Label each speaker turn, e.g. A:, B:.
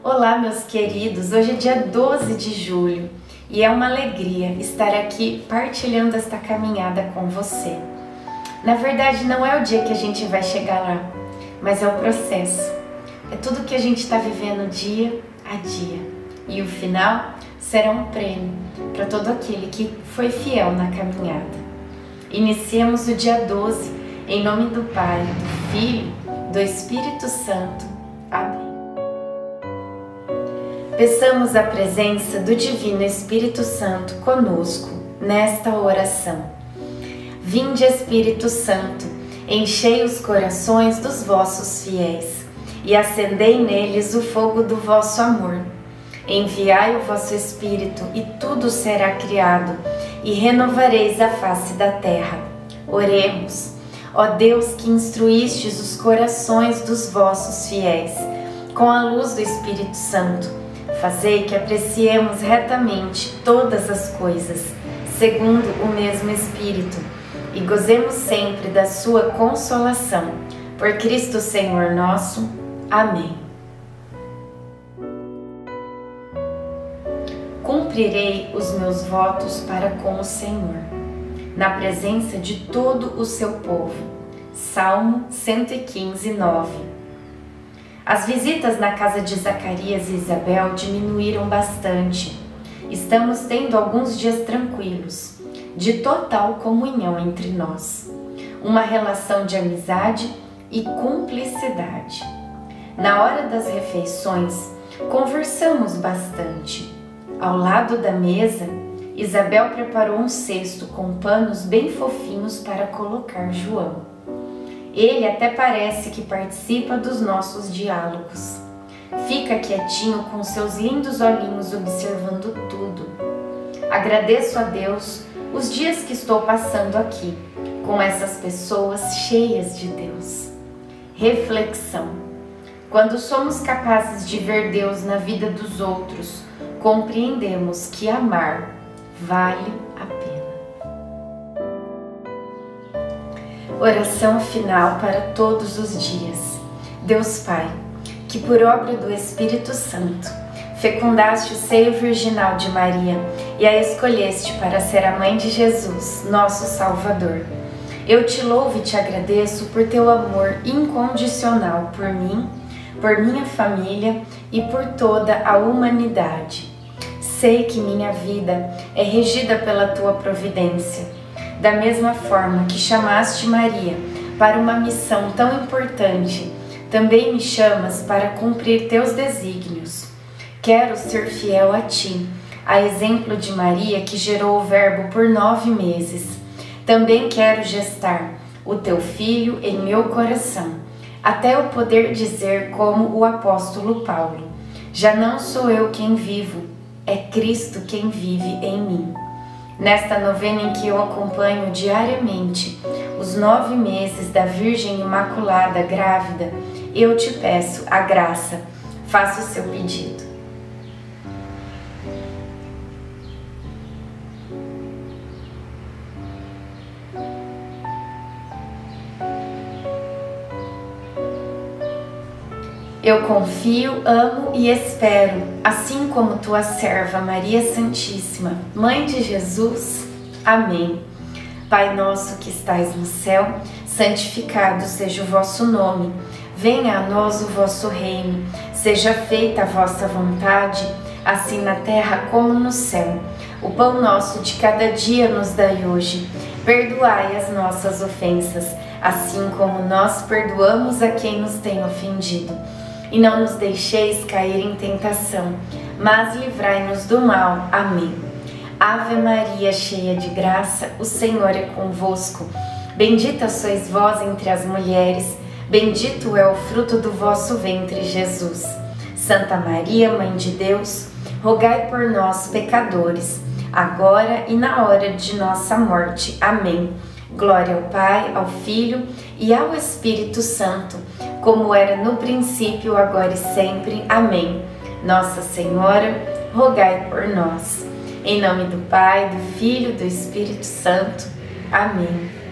A: Olá, meus queridos! Hoje é dia 12 de julho e é uma alegria estar aqui partilhando esta caminhada com você. Na verdade, não é o dia que a gente vai chegar lá, mas é o processo. É tudo que a gente está vivendo dia a dia. E o final será um prêmio para todo aquele que foi fiel na caminhada. Iniciemos o dia 12 em nome do Pai, do Filho, do Espírito Santo. Amém. Peçamos a presença do Divino Espírito Santo conosco nesta oração. Vinde, Espírito Santo, enchei os corações dos vossos fiéis e acendei neles o fogo do vosso amor. Enviai o vosso Espírito e tudo será criado e renovareis a face da terra. Oremos. Ó Deus, que instruístes os corações dos vossos fiéis com a luz do Espírito Santo, fazei que apreciemos retamente todas as coisas, segundo o mesmo Espírito, e gozemos sempre da sua consolação. Por Cristo Senhor nosso. Amém. Cumprirei os meus votos para com o Senhor, na presença de todo o seu povo. Salmo 115, 9. As visitas na casa de Zacarias e Isabel diminuíram bastante. Estamos tendo alguns dias tranquilos, de total comunhão entre nós. Uma relação de amizade e cumplicidade. Na hora das refeições, conversamos bastante. Ao lado da mesa, Isabel preparou um cesto com panos bem fofinhos para colocar João. Ele até parece que participa dos nossos diálogos. Fica quietinho com seus lindos olhinhos observando tudo. Agradeço a Deus os dias que estou passando aqui, com essas pessoas cheias de Deus. Reflexão. Quando somos capazes de ver Deus na vida dos outros, compreendemos que amar vale a pena. Oração final para todos os dias. Deus Pai, que por obra do Espírito Santo fecundaste o seio virginal de Maria e a escolheste para ser a mãe de Jesus, nosso Salvador. Eu te louvo e te agradeço por teu amor incondicional por mim, por minha família e por toda a humanidade. Sei que minha vida é regida pela tua providência. Da mesma forma que chamaste Maria para uma missão tão importante, também me chamas para cumprir teus desígnios. Quero ser fiel a ti, a exemplo de Maria que gerou o Verbo por 9 meses. Também quero gestar o teu Filho em meu coração, até eu poder dizer como o apóstolo Paulo: já não sou eu quem vivo, é Cristo quem vive em mim. Nesta novena em que eu acompanho diariamente os 9 meses da Virgem Imaculada grávida, eu te peço a graça, faça o seu pedido. Eu confio, amo e espero, assim como tua serva Maria Santíssima, Mãe de Jesus. Amém. Pai nosso que estais no céu, santificado seja o vosso nome. Venha a nós o vosso reino. Seja feita a vossa vontade, assim na terra como no céu. O pão nosso de cada dia nos dai hoje. Perdoai as nossas ofensas, assim como nós perdoamos a quem nos tem ofendido. E não nos deixeis cair em tentação, mas livrai-nos do mal. Amém. Ave Maria, cheia de graça, o Senhor é convosco. Bendita sois vós entre as mulheres, bendito é o fruto do vosso ventre, Jesus. Santa Maria, Mãe de Deus, rogai por nós, pecadores, agora e na hora de nossa morte. Amém. Glória ao Pai, ao Filho e ao Espírito Santo, como era no princípio, agora e sempre. Amém. Nossa Senhora, rogai por nós. Em nome do Pai, do Filho e do Espírito Santo. Amém.